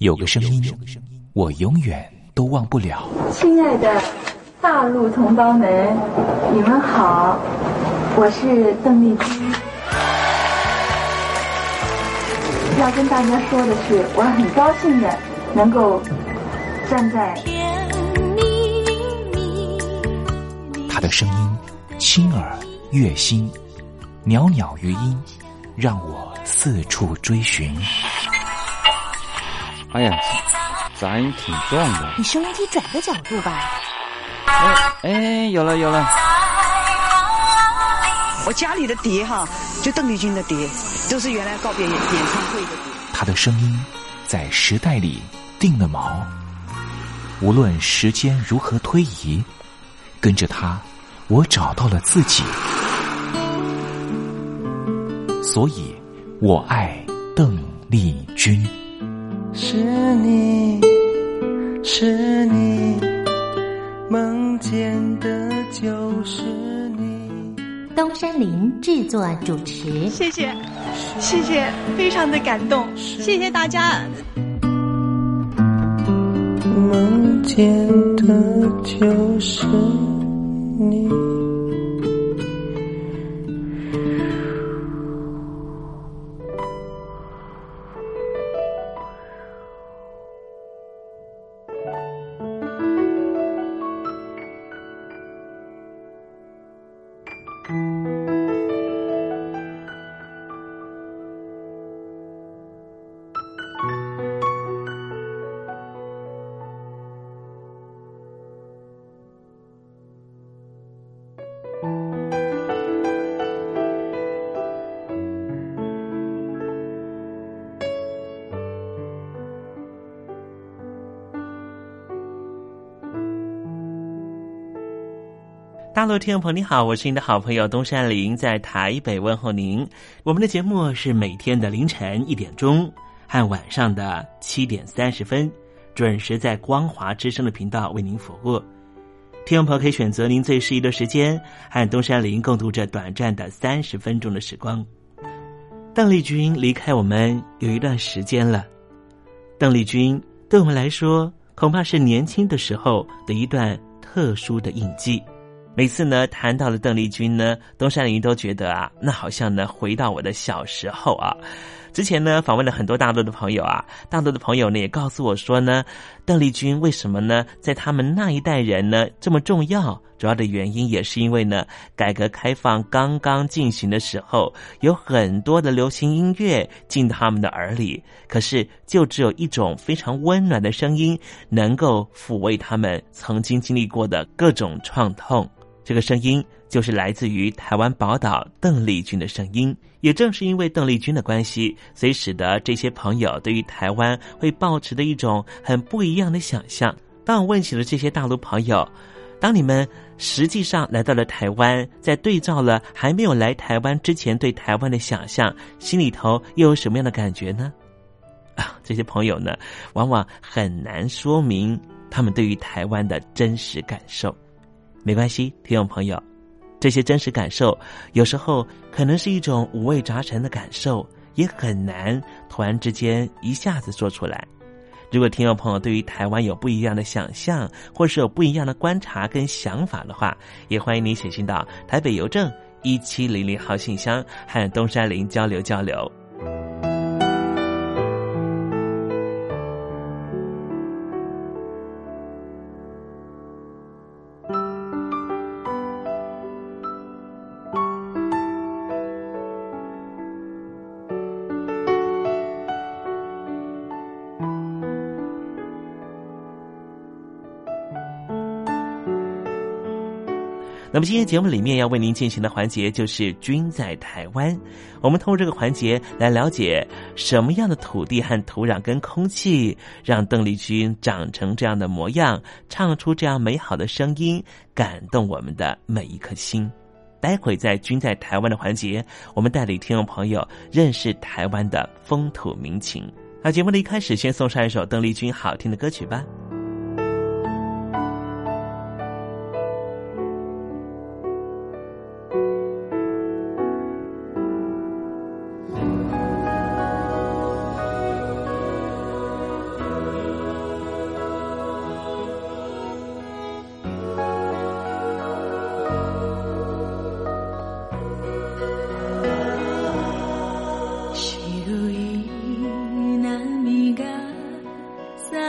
有个声音，我永远都忘不了。 亲爱的大陆同胞们，你们好，我是邓丽君。要跟大家说的是，我很高兴的能够站在她的声音轻耳悦心，袅袅余音，让我四处追寻。 哎呀，杂音挺重的。 你收音机转个角度吧。 哎，有了。 我家里的碟哈，就邓丽君的碟，都是原来告别演唱会的碟。 她的声音在时代里定了锚，无论时间如何推移，跟着她，我找到了自己。所以，我爱邓丽君。 是你，是你，梦见的就是你。 东山林制作主持。 谢谢，非常的感动，谢谢大家。 梦见的就是你。 大陆听众朋友你好，我是您的好朋友东山林，在台北问候您。我们的节目是每天的凌晨1点钟和晚上的7点30分，准时在光华之声的频道为您服务。听众朋友可以选择您最适宜的时间，和东山林共度这短暂的30分钟的时光。邓丽君离开我们有一段时间了，邓丽君对我们来说恐怕是年轻的时候的一段特殊的印记。每次呢谈到了邓丽君呢，东山林都觉得啊，那好像呢回到我的小时候啊。之前呢访问了很多大陆的朋友啊，大陆的朋友呢也告诉我说呢，邓丽君为什么呢在他们那一代人呢这么重要，主要的原因也是因为呢改革开放刚刚进行的时候，有很多的流行音乐进他们的耳里，可是就只有一种非常温暖的声音能够抚慰他们曾经经历过的各种创痛，这个声音就是来自于台湾宝岛邓丽君的声音。也正是因为邓丽君的关系，所以使得这些朋友对于台湾会抱持的一种很不一样的想象。当我问起了这些大陆朋友，当你们实际上来到了台湾，在对照了还没有来台湾之前对台湾的想象，心里头又有什么样的感觉呢？这些朋友呢，往往很难说明他们对于台湾的真实感受。没关系，听众朋友，这些真实感受有时候可能是一种五味杂陈的感受，也很难突然之间一下子说出来。如果听众朋友对于台湾有不一样的想象，或是有不一样的观察跟想法的话，也欢迎你写信到台北邮政1700号信箱，和东山林交流。那么今天节目里面要为您进行的环节就是君在台湾，我们通过这个环节来了解什么样的土地和土壤跟空气让邓丽君长成这样的模样，唱出这样美好的声音，感动我们的每一颗心。待会在君在台湾的环节，我们带领听众朋友认识台湾的风土民情。那节目的一开始先送上一首邓丽君好听的歌曲吧。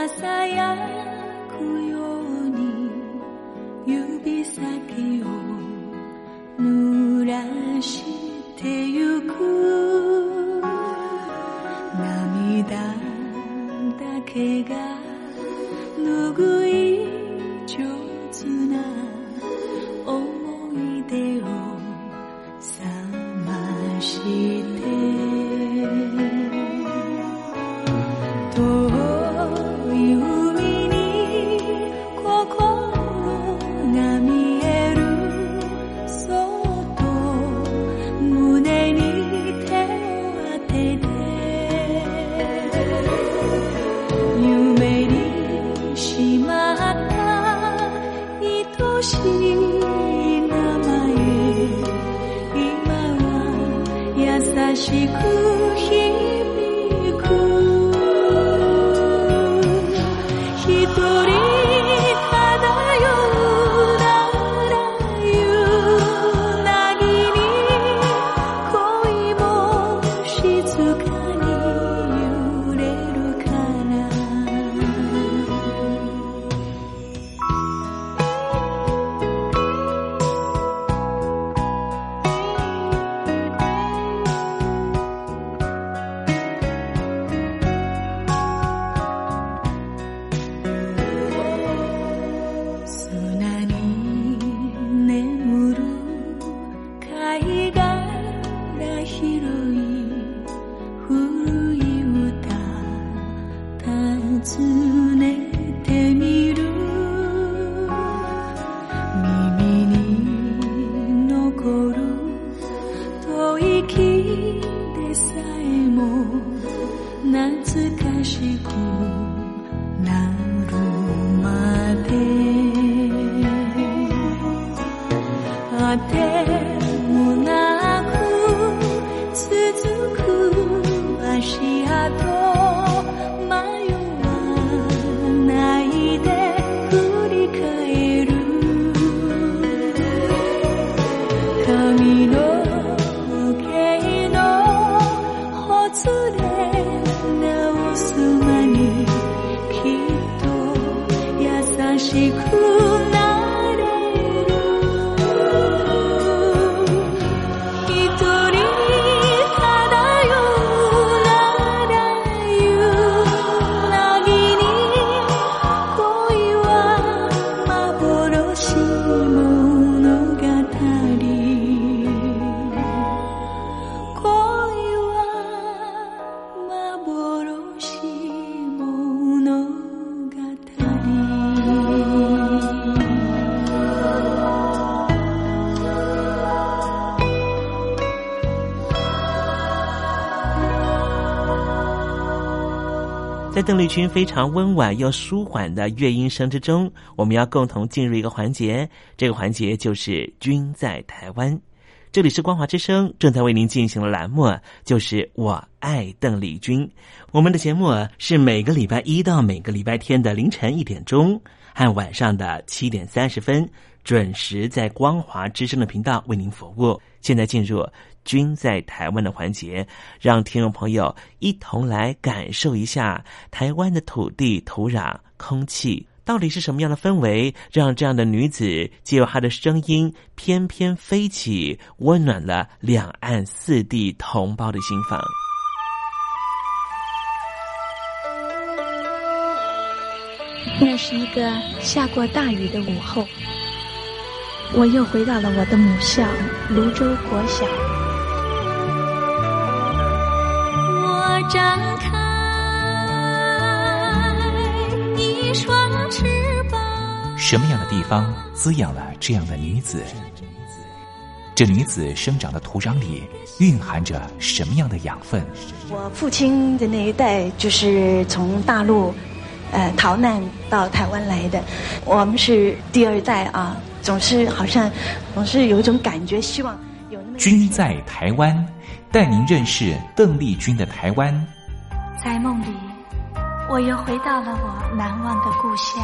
在邓丽君非常温婉又舒缓的乐音声之中，我们要共同进入一个环节，这个环节就是君在台湾。这里是光华之声正在为您进行的栏目，就是我爱邓丽君。我们的节目是每个礼拜一到每个礼拜天的凌晨1点钟和晚上的7点30分准时在光华之声的频道为您服务。现在进入君在台湾的环节，让听众朋友一同来感受一下台湾的土地、土壤、空气到底是什么样的氛围，让这样的女子借由她的声音翩翩飞起，温暖了两岸四地同胞的心房。 那是一个下过大雨的午后，我又回到了我的母校泸州国小。 我张开一双翅膀。 什么样的地方滋养了这样的女子？这女子生长的土壤里蕴含着什么样的养分？ 我父亲的那一代就是从大陆逃难到台湾来的，我们是第二代啊，总是有一种感觉，希望有那么君在台湾，带您认识邓丽君的台湾。 在梦里，我又回到了我难忘的故乡，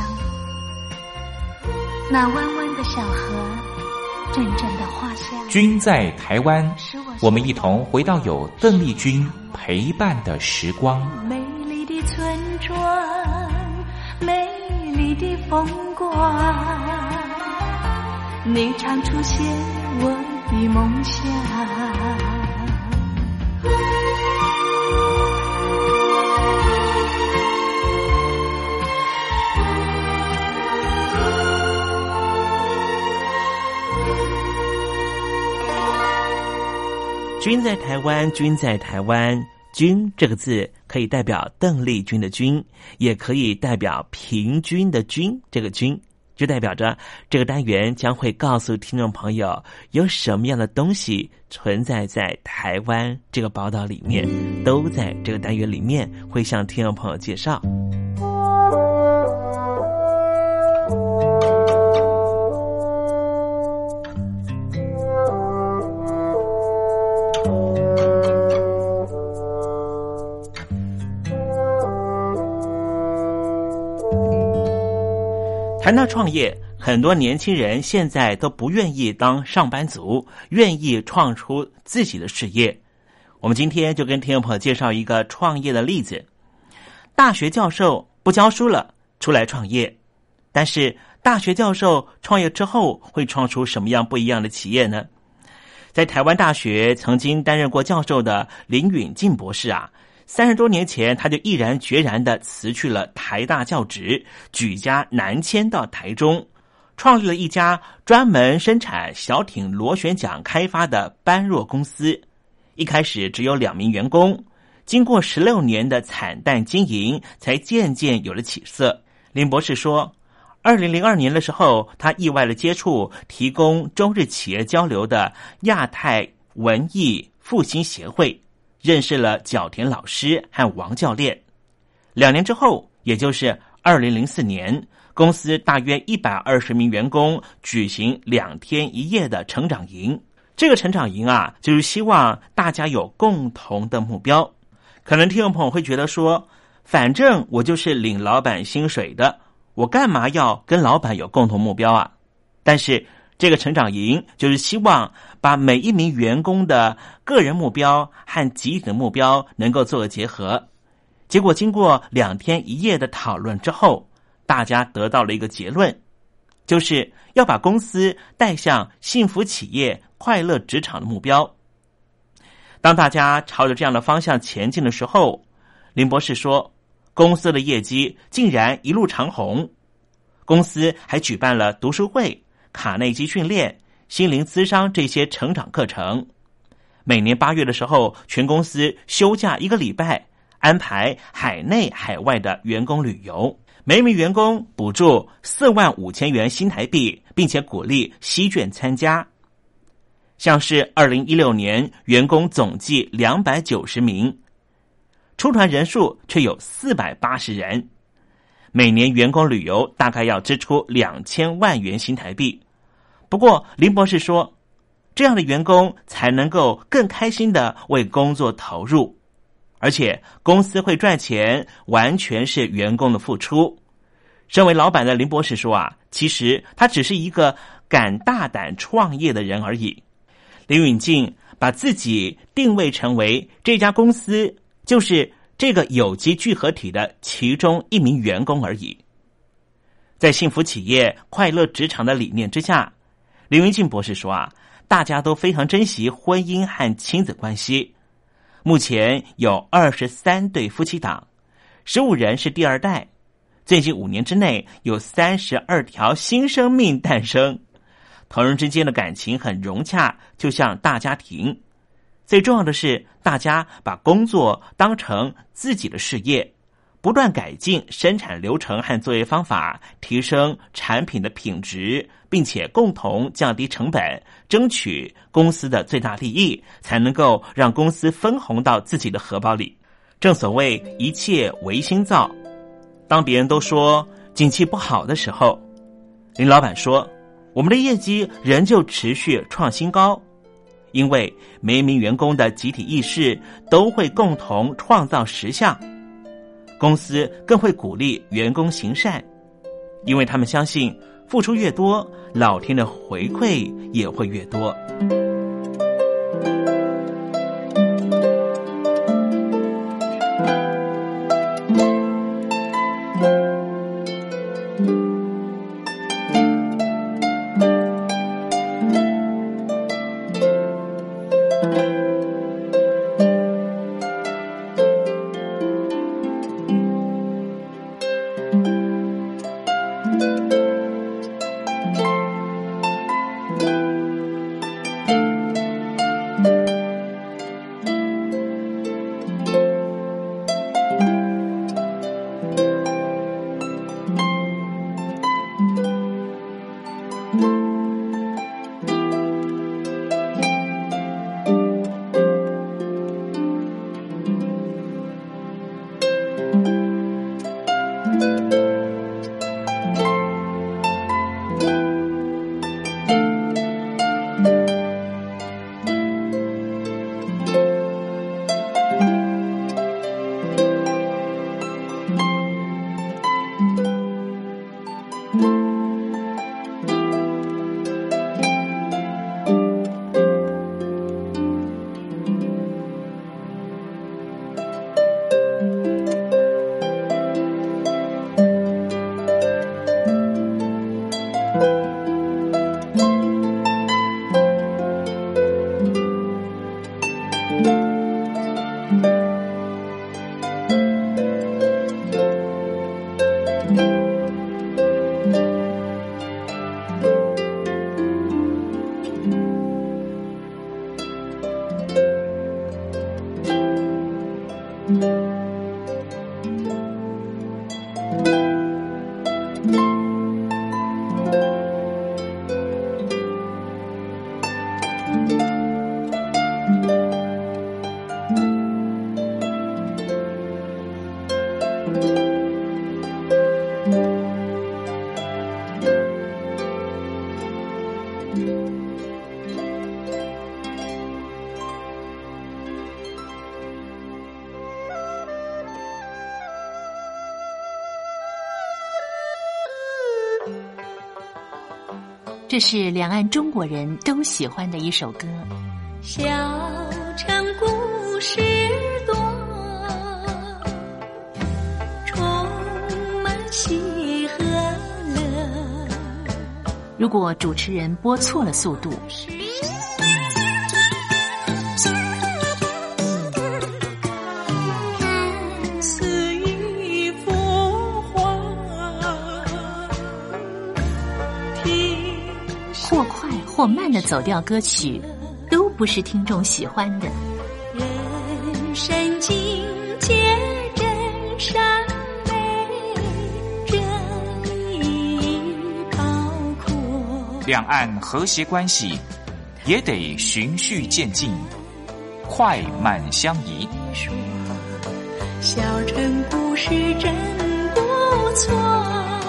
那弯弯的小河，阵阵的花香。 君在台湾，我们一同回到有邓丽君陪伴的时光。 美丽的村庄， 美丽的风光，你常出现我的梦想。 君在台湾，君在台湾。君这个字可以代表邓丽君的君，也可以代表平均的均，这个均就代表着这个单元将会告诉听众朋友有什么样的东西存在在台湾这个宝岛里面，都在这个单元里面会向听众朋友介绍。谈到创业，很多年轻人现在都不愿意当上班族，愿意创出自己的事业。我们今天就跟听众朋友介绍一个创业的例子。大学教授不教书了，出来创业。但是大学教授创业之后会创出什么样不一样的企业呢？在台湾大学曾经担任过教授的林允进博士30多年前，他就毅然决然地辞去了台大教职，举家南迁到台中，创立了一家专门生产小艇螺旋桨开发的般若公司。一开始只有2名员工，经过16年的惨淡经营，才渐渐有了起色。林博士说，2002年的时候，他意外地接触提供中日企业交流的亚太文艺复兴协会，认识了角田老师和王教练。2年之后，也就是2004年，公司大约120名员工举行2天1夜的成长营。这个成长营就是希望大家有共同的目标。可能听众朋友会觉得说，反正我就是领老板薪水的，我干嘛要跟老板有共同目标啊？但是这个成长营就是希望把每一名员工的个人目标和集体的目标能够做个结合。结果经过2天1夜的讨论之后，大家得到了一个结论，就是要把公司带向幸福企业、快乐职场的目标。当大家朝着这样的方向前进的时候，林博士说，公司的业绩竟然一路长红。公司还举办了读书会、卡内基训练、心灵咨商这些成长课程。每年8月的时候，全公司休假1个礼拜，安排海内海外的员工旅游，每一名员工补助45000元新台币，并且鼓励吸卷参加。像是2016年，员工总计290名，出团人数却有480人。每年员工旅游大概要支出2000万元新台币。不过林博士说，这样的员工才能够更开心地为工作投入，而且公司会赚钱，完全是员工的付出。身为老板的林博士说其实他只是一个敢大胆创业的人而已。林允进把自己定位成为这家公司就是这个有机聚合体的其中一名员工而已。在幸福企业、快乐职场的理念之下，林允进博士说大家都非常珍惜婚姻和亲子关系。目前有23对夫妻档，15人是第2代，最近5年之内有32条新生命诞生。同人之间的感情很融洽，就像大家庭。最重要的是，大家把工作当成自己的事业，不断改进生产流程和作业方法，提升产品的品质，并且共同降低成本，争取公司的最大利益，才能够让公司分红到自己的荷包里。正所谓一切唯心造。当别人都说景气不好的时候，林老板说，我们的业绩仍旧持续创新高，因为每一名员工的集体意识都会共同创造实相。公司更会鼓励员工行善，因为他们相信付出越多，老天的回馈也会越多。 这是两岸中国人都喜欢的一首歌。 小城故事多，充满喜和乐。 如果主持人播错了速度， 似一幅画， 或快或慢的走调歌曲都不是听众喜欢的。 人生境界真善美，真意高阔。 两岸和谐关系也得循序渐进，快慢相宜。 小城故事真不错，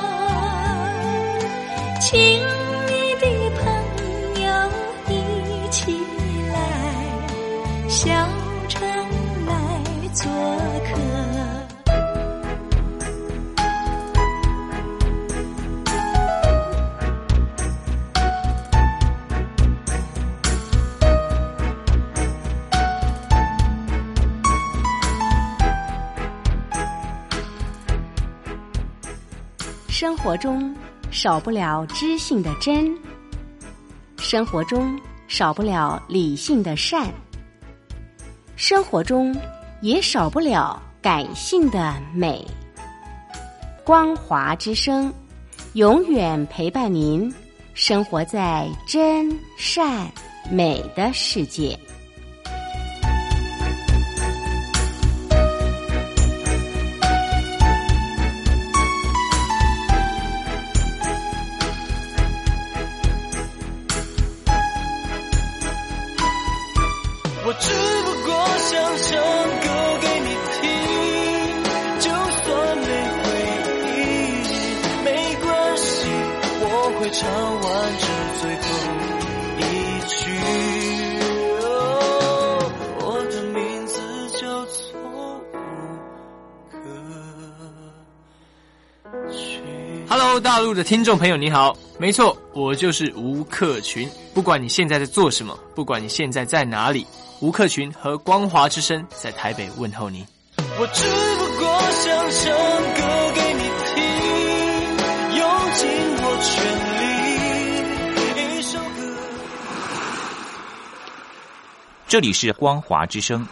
亲密的朋友一起来小城来做客。 生活中少不了知性的真，生活中少不了理性的善，生活中也少不了感性的美。光华之声永远陪伴您，生活在真善美的世界。 我只不过想唱歌给你听，就算没回应没关系，我会唱完这最后一句。我的名字叫做吴克群。 Hello， 大陆的听众朋友你好，没错，我就是吴克群。不管你现在在做什么，不管你现在在哪里，吴克群和光华之声在台北问候您。 我只不过想唱歌给你听，用尽我全力，一首歌。 这里是光华之声。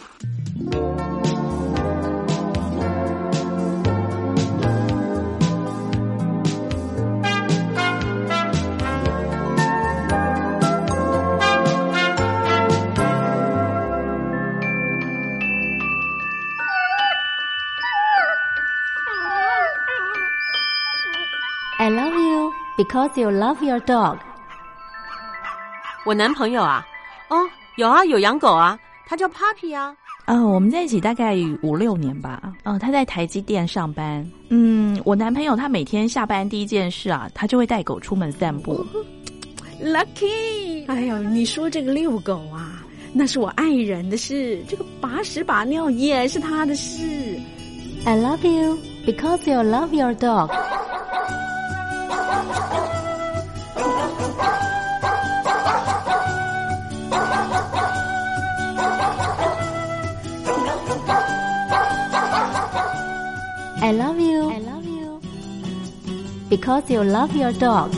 I love you because you love your dog。 我男朋友啊，有啊，有养狗啊，他叫 Papi 啊。 我们在一起大概5-6年吧。 他在台积电上班。我男朋友他每天下班第一件事啊，他就会带狗出门散步。 Lucky， 哎呦，你说这个遛狗啊，那是我爱人的事，这个把屎把尿也是他的事。 I love you because you love your dog. I love you because you love your dog.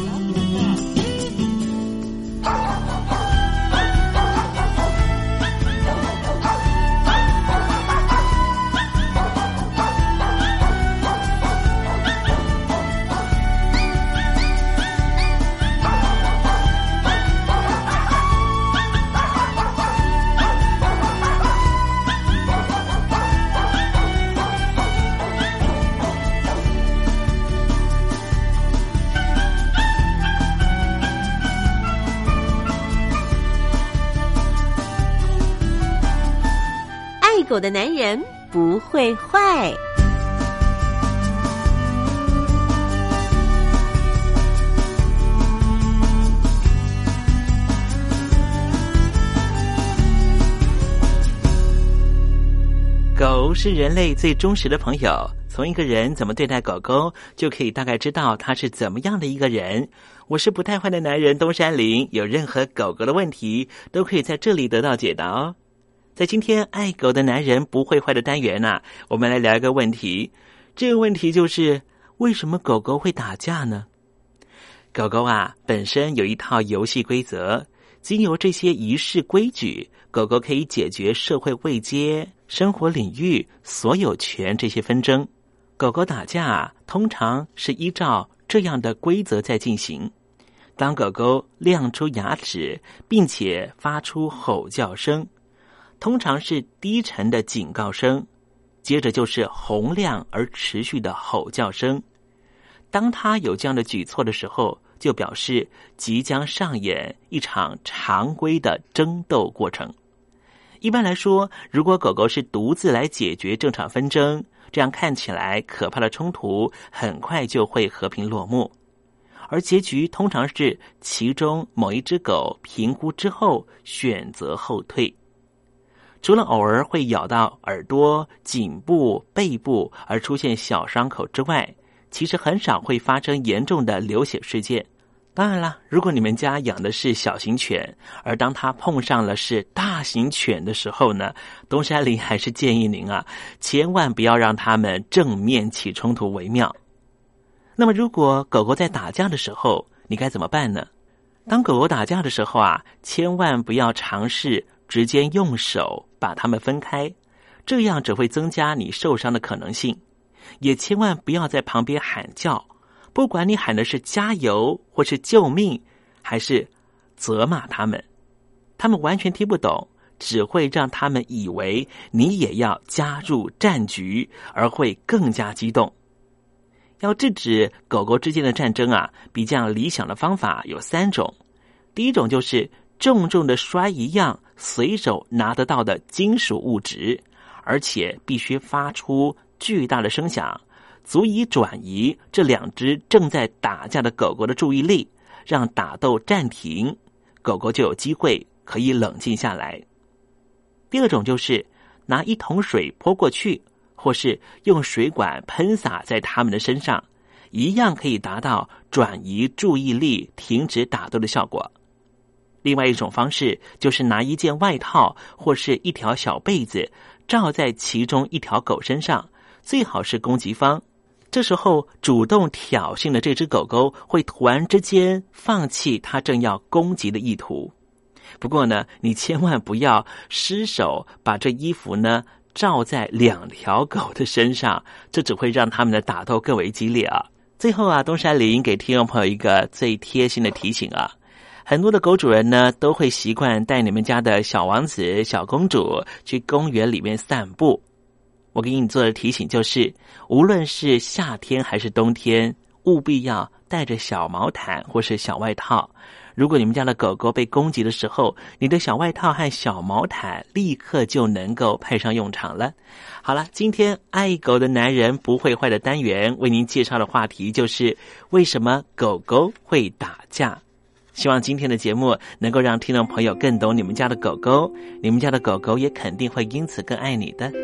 狗的男人不会坏。 狗是人类最忠实的朋友，从一个人怎么对待狗狗，就可以大概知道他是怎么样的一个人。我是不太坏的男人东山林，有任何狗狗的问题，都可以在这里得到解答哦。在今天爱狗的男人不会坏的单元啊，我们来聊一个问题。这个问题就是为什么狗狗会打架呢？狗狗啊本身有一套游戏规则，经由这些仪式规矩，狗狗可以解决社会位阶、生活领域、所有权这些纷争。狗狗打架通常是依照这样的规则在进行。当狗狗亮出牙齿并且发出吼叫声，通常是低沉的警告声，接着就是洪亮而持续的吼叫声。当他有这样的举措的时候，就表示即将上演一场常规的争斗过程。一般来说，如果狗狗是独自来解决这场纷争，这样看起来可怕的冲突很快就会和平落幕，而结局通常是其中某一只狗评估之后选择后退。除了偶尔会咬到耳朵、颈部、背部而出现小伤口之外，其实很少会发生严重的流血事件。当然啦，如果你们家养的是小型犬，而当它碰上了是大型犬的时候呢，东山林还是建议您啊，千万不要让它们正面起冲突为妙。那么如果狗狗在打架的时候，你该怎么办呢？当狗狗打架的时候啊，千万不要尝试直接用手把它们分开，这样只会增加你受伤的可能性。也千万不要在旁边喊叫，不管你喊的是加油或是救命还是责骂他们，他们完全听不懂，只会让他们以为你也要加入战局，而会更加激动。要制止狗狗之间的战争啊，比较理想的方法有3种。第一种就是重重的摔一样随手拿得到的金属物质，而且必须发出巨大的声响，足以转移这2只正在打架的狗狗的注意力，让打斗暂停，狗狗就有机会可以冷静下来。第二种就是拿一桶水泼过去，或是用水管喷洒在他们的身上，一样可以达到转移注意力、停止打斗的效果。另外一种方式就是拿一件外套或是一条小被子罩在其中一条狗身上，最好是攻击方。这时候主动挑衅的这只狗狗会突然之间放弃它正要攻击的意图。不过呢，你千万不要失手把这衣服呢罩在2条狗的身上，这只会让他们的打斗更为激烈啊。最后啊，东山林给听众朋友一个最贴心的提醒啊，很多的狗主人呢都会习惯带你们家的小王子、小公主去公园里面散步。我给你做的提醒就是，无论是夏天还是冬天，务必要带着小毛毯或是小外套， 如果你们家的狗狗被攻击的时候，你的小外套和小毛毯立刻就能够派上用场了。好了，今天爱狗的男人不会坏的单元为您介绍的话题就是为什么狗狗会打架。希望今天的节目能够让听众朋友更懂你们家的狗狗，你们家的狗狗也肯定会因此更爱你的。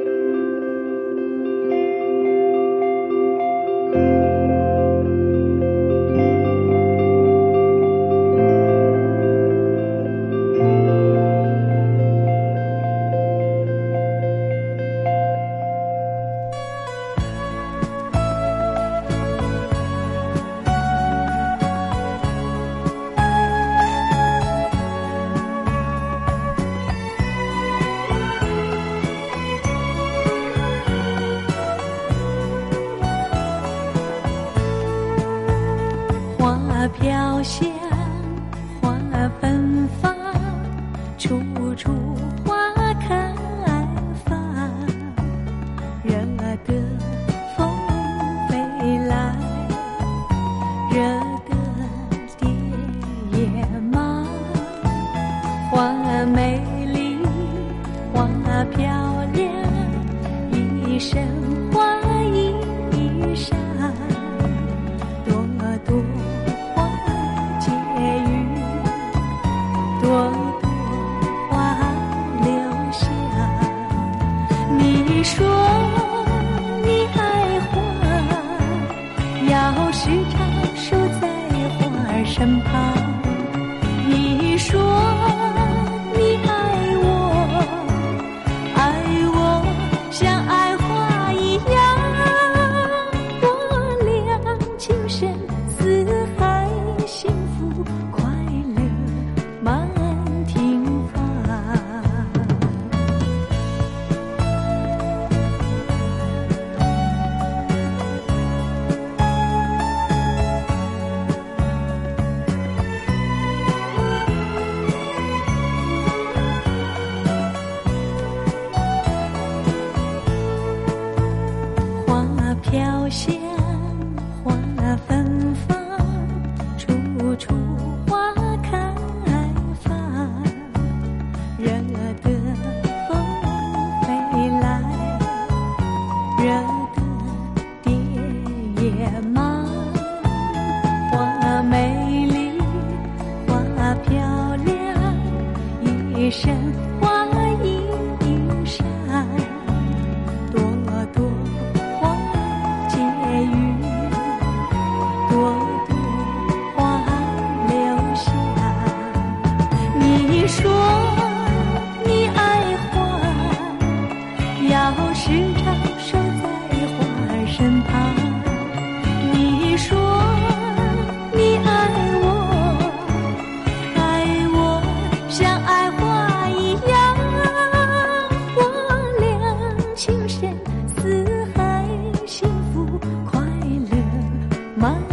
飘香，花芬芳，处处花开放。热的风飞来，热的蝶也忙。花美丽，花漂亮，一身花衣裳。朵朵你说你爱花，要时常守在花身旁。你说你爱我像爱花一样。我俩情深似海，幸福快乐满庭芳。飘香，花芬芳，处处花开放。热的风飞来，热的蝶也忙。花美丽，花漂亮，一身花衣裳。朵朵你说你爱花，要时常守在花身旁。你说你爱我像爱花一样。我俩情深似海，幸福快乐满